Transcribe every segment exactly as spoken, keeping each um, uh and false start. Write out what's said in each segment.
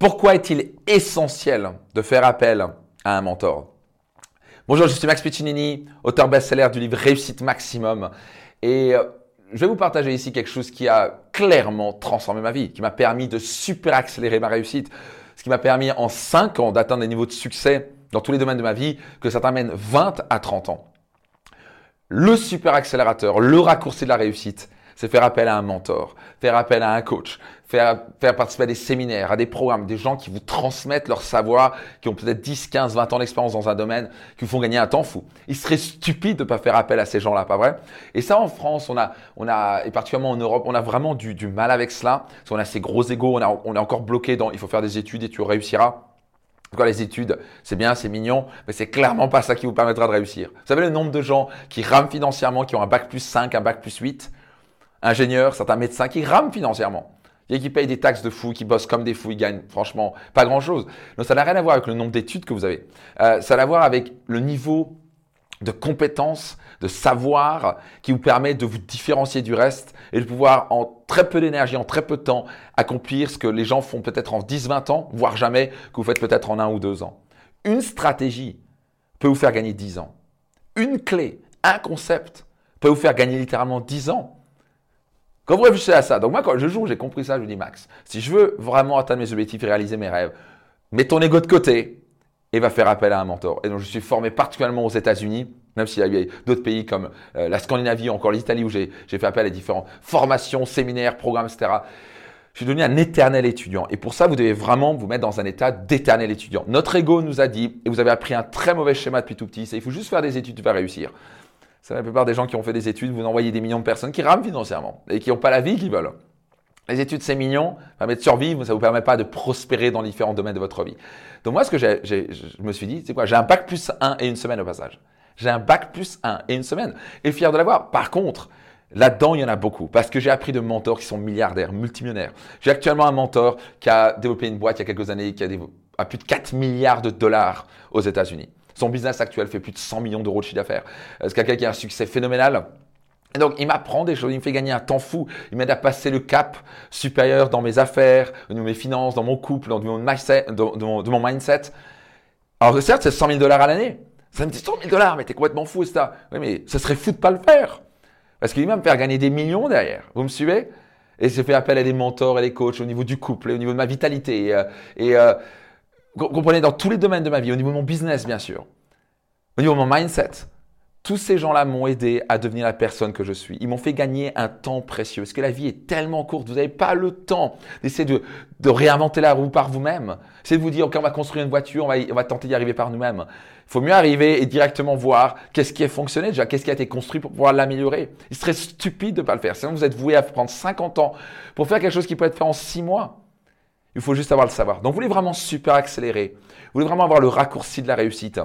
Pourquoi est-il essentiel de faire appel à un mentor? Bonjour, je suis Max Piccinini, auteur best-seller du livre Réussite Maximum. Et je vais vous partager ici quelque chose qui a clairement transformé ma vie, qui m'a permis de super accélérer ma réussite, ce qui m'a permis en cinq ans d'atteindre des niveaux de succès dans tous les domaines de ma vie que certains mènent vingt à trente ans. Le super accélérateur, le raccourci de la réussite, c'est faire appel à un mentor, faire appel à un coach, faire, faire participer à des séminaires, à des programmes, des gens qui vous transmettent leur savoir, qui ont peut-être dix, quinze, vingt ans d'expérience dans un domaine, qui vous font gagner un temps fou. Il serait stupide de ne pas faire appel à ces gens-là, pas vrai? Et ça, en France, on a, on a, et particulièrement en Europe, on a vraiment du, du mal avec cela. Parce qu'on a ces gros égos, on, a, on est encore bloqué dans il faut faire des études et tu réussiras. En tout cas, les études, c'est bien, c'est mignon, mais c'est clairement pas ça qui vous permettra de réussir. Vous savez le nombre de gens qui rament financièrement, qui ont un bac plus cinq, un bac plus huit, ingénieurs, certains médecins qui rament financièrement et qui payent des taxes de fou, qui bossent comme des fous, ils gagnent franchement pas grand-chose. Donc ça n'a rien à voir avec le nombre d'études que vous avez. Euh, ça a à voir avec le niveau de compétences, de savoir qui vous permet de vous différencier du reste et de pouvoir en très peu d'énergie, en très peu de temps, accomplir ce que les gens font peut-être en dix, vingt ans, voire jamais, que vous faites peut-être en un ou deux ans. Une stratégie peut vous faire gagner dix ans. Une clé, un concept peut vous faire gagner littéralement dix ans. Quand vous réfléchissez à ça, donc moi, quand le jour où j'ai compris ça, je me dis Max, si je veux vraiment atteindre mes objectifs et réaliser mes rêves, mets ton ego de côté et va faire appel à un mentor. Et donc, je suis formé particulièrement aux États-Unis, même s'il y a eu d'autres pays comme euh, la Scandinavie ou encore l'Italie où j'ai fait appel à différentes formations, séminaires, programmes, et cetera. Je suis devenu un éternel étudiant. Et pour ça, vous devez vraiment vous mettre dans un état d'éternel étudiant. Notre ego nous a dit, et vous avez appris un très mauvais schéma depuis tout petit, c'est qu'il faut juste faire des études, tu vas réussir. C'est la plupart des gens qui ont fait des études, vous envoyez des millions de personnes qui rament financièrement et qui n'ont pas la vie qu'ils veulent. Les études, c'est mignon, ça permet de survivre, mais ça ne vous permet pas de prospérer dans différents domaines de votre vie. Donc moi, ce que j'ai, j'ai, je me suis dit, c'est quoi? J'ai un bac plus un et une semaine au passage. J'ai un bac plus un et une semaine. Et fier de l'avoir. Par contre, là-dedans, il y en a beaucoup parce que j'ai appris de mentors qui sont milliardaires, multimillionnaires. J'ai actuellement un mentor qui a développé une boîte il y a quelques années qui a, des, a plus de quatre milliards de dollars aux États-Unis. Son business actuel fait plus de cent millions d'euros de chiffre d'affaires. C'est quelqu'un qui a un succès phénoménal. Et donc, il m'apprend des choses, il me fait gagner un temps fou. Il m'aide à passer le cap supérieur dans mes affaires, dans mes finances, dans mon couple, dans mon mindset. Dans, dans, dans mon mindset. Alors, certes, c'est cent mille dollars à l'année. Ça me dit cent mille dollars, mais t'es complètement fou, et ça. Oui, mais ça serait fou de pas le faire. Parce qu'il va me faire gagner des millions derrière. Vous me suivez? Et j'ai fait appel à des mentors et des coachs au niveau du couple et au niveau de ma vitalité. Et, et euh, vous comprenez, dans tous les domaines de ma vie, au niveau de mon business, bien sûr, au niveau de mon mindset, tous ces gens-là m'ont aidé à devenir la personne que je suis. Ils m'ont fait gagner un temps précieux. Parce que la vie est tellement courte, vous n'avez pas le temps d'essayer de, de réinventer la roue par vous-même. C'est de vous dire, OK, on va construire une voiture, on va, on va tenter d'y arriver par nous-mêmes. Il faut mieux arriver et directement voir qu'est-ce qui a fonctionné déjà, qu'est-ce qui a été construit pour pouvoir l'améliorer. Il serait stupide de ne pas le faire. Sinon, vous êtes voué à prendre cinquante ans pour faire quelque chose qui peut être fait en six mois. Il faut juste avoir le savoir. Donc, vous voulez vraiment super accélérer. Vous voulez vraiment avoir le raccourci de la réussite.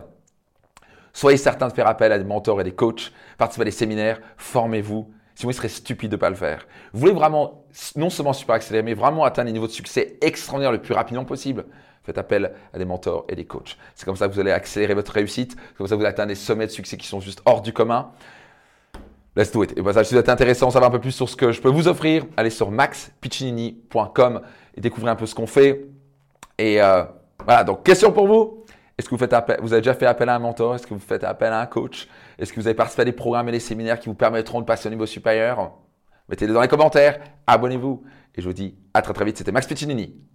Soyez certain de faire appel à des mentors et des coachs, participez à des séminaires, formez-vous. Sinon, il serait stupide de ne pas le faire. Vous voulez vraiment, non seulement super accélérer, mais vraiment atteindre des niveaux de succès extraordinaires le plus rapidement possible. Faites appel à des mentors et des coachs. C'est comme ça que vous allez accélérer votre réussite. C'est comme ça que vous allez atteindre des sommets de succès qui sont juste hors du commun. Let's do it. Et voilà, si vous êtes intéressé à en savoir un peu plus sur ce que je peux vous offrir, allez sur max piccinini point com et découvrez un peu ce qu'on fait. Et euh, voilà, donc question pour vous. Est-ce que vous, faites appel, vous avez déjà fait appel à un mentor? Est-ce que vous faites appel à un coach? Est-ce que vous avez participé à des programmes et des séminaires qui vous permettront de passer au niveau supérieur? Mettez-les dans les commentaires, abonnez-vous. Et je vous dis à très très vite. C'était Max Piccinini.